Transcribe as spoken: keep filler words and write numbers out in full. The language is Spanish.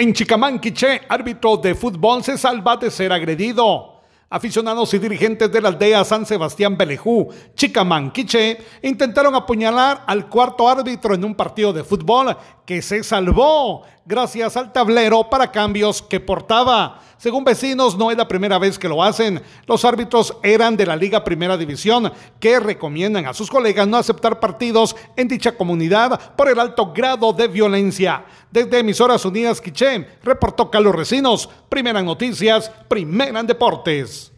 En Chicamanquiché, árbitro de fútbol se salva de ser agredido. Aficionados y dirigentes de la aldea San Sebastián Belejú, Chicamanquiché, intentaron apuñalar al cuarto árbitro en un partido de fútbol que se salvó gracias al tablero para cambios que portaba. Según vecinos, no es la primera vez que lo hacen. Los árbitros eran de la Liga Primera División, que recomiendan a sus colegas no aceptar partidos en dicha comunidad por el alto grado de violencia. Desde Emisoras Unidas Quiché, reportó Carlos Recinos, Primera en Noticias, Primera en Deportes.